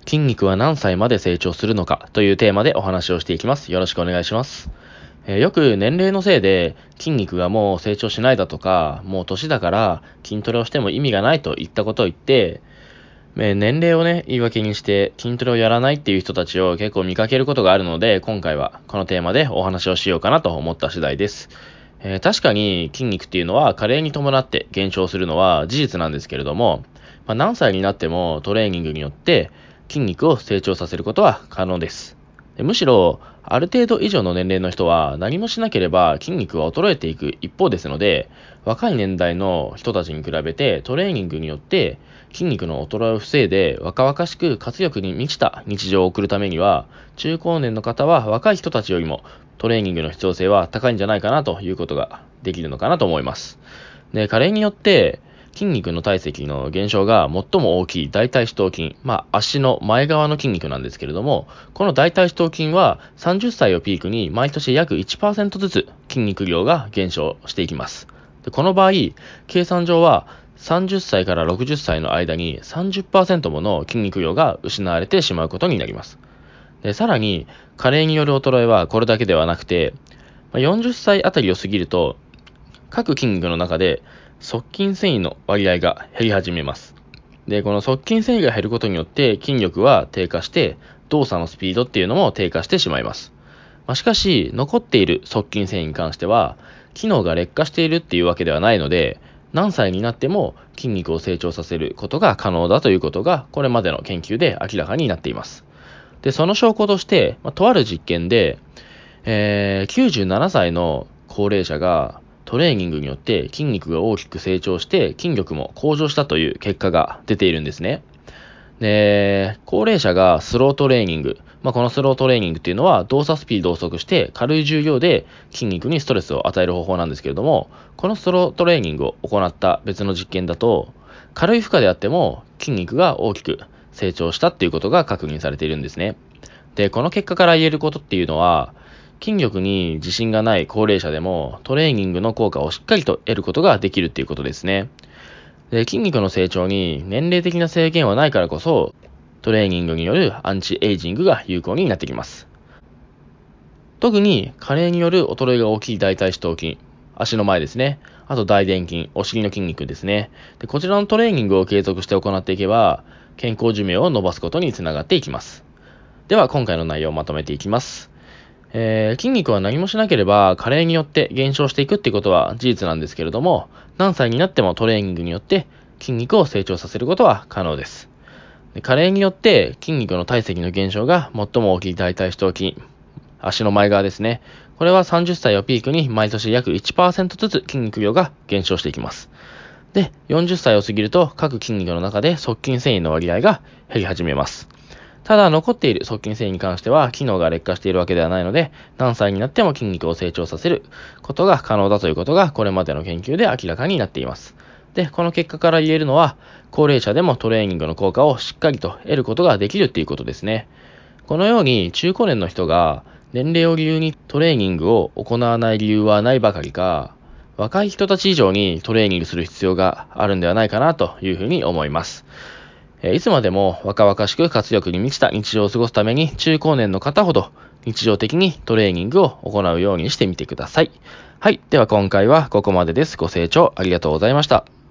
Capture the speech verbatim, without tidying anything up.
筋肉は何歳まで成長するのかというテーマでお話をしていきます。よろしくお願いします。えーよく年齢のせいで筋肉がもう成長しないだとか、もう年だから筋トレをしても意味がないといったことを言って、えー年齢をね、言い訳にして筋トレをやらないっていう人たちを結構見かけることがあるので、今回はこのテーマでお話をしようかなと思った次第です。えー確かに筋肉っていうのは加齢に伴って減少するのは事実なんですけれども、まあ、何歳になってもトレーニングによって筋肉を成長させることは可能です。でむしろ、ある程度以上の年齢の人は何もしなければ筋肉は衰えていく一方ですので、若い年代の人たちに比べてトレーニングによって筋肉の衰えを防いで若々しく活力に満ちた日常を送るためには、中高年の方は若い人たちよりもトレーニングの必要性は高いんじゃないかなということができるのかなと思います。で、加齢によって筋肉の体積の減少が最も大きい大腿四頭筋、まあ足の前側の筋肉なんですけれども、この大腿四頭筋はさんじゅっさいをピークに毎年約 いちパーセント ずつ筋肉量が減少していきます。でこの場合、計算上はさんじゅっさいからろくじゅっさいの間に さんじゅっパーセント もの筋肉量が失われてしまうことになります。でさらに、加齢による衰えはこれだけではなくて、よんじゅっさいあたりを過ぎると、各筋肉の中で側筋繊維の割合が減り始めます。で、この側筋繊維が減ることによって筋力は低下して、動作のスピードっていうのも低下してしまいます。まあ、しかし、残っている側筋繊維に関しては、機能が劣化しているっていうわけではないので、何歳になっても筋肉を成長させることが可能だということが、これまでの研究で明らかになっています。で、その証拠として、まあ、とある実験で、えー、きゅうじゅうななさいの高齢者がトレーニングによって筋肉が大きく成長して筋力も向上したという結果が出ているんですね。で、高齢者がスロートレーニング、まあ、このスロートレーニングっていうのは動作スピードを遅くして軽い重量で筋肉にストレスを与える方法なんですけれども、このスロートレーニングを行った別の実験だと、軽い負荷であっても筋肉が大きく成長したっていうことが確認されているんですね。で、この結果から言えることっていうのは、筋力に自信がない高齢者でもトレーニングの効果をしっかりと得ることができるっていうことですね。で、筋肉の成長に年齢的な制限はないからこそ、トレーニングによるアンチエイジングが有効になってきます。特に加齢による衰えが大きい大腿四頭筋、足の前ですね。あと大臀筋、お尻の筋肉ですね。で、こちらのトレーニングを継続して行っていけば、健康寿命を伸ばすことにつながっていきます。では今回の内容をまとめていきます。えー筋肉は何もしなければ加齢によって減少していくっていうことは事実なんですけれども、何歳になってもトレーニングによって筋肉を成長させることは可能です。で加齢によって筋肉の体積の減少が最も大きい大腿四頭筋、足の前側ですね。これはさんじゅっさいをピークに毎年約 いちパーセント ずつ筋肉量が減少していきます。で、よんじゅっさいを過ぎると各筋肉の中で側筋繊維の割合が減り始めます。ただ残っている側筋繊維に関しては機能が劣化しているわけではないので、何歳になっても筋肉を成長させることが可能だということがこれまでの研究で明らかになっています。で、この結果から言えるのは、高齢者でもトレーニングの効果をしっかりと得ることができるということですね。このように中高年の人が年齢を理由にトレーニングを行わない理由はないばかりか、若い人たち以上にトレーニングする必要があるんではないかなというふうに思います。いつまでも若々しく活力に満ちた日常を過ごすために中高年の方ほど日常的にトレーニングを行うようにしてみてください。はい。では今回はここまでです。ご清聴ありがとうございました。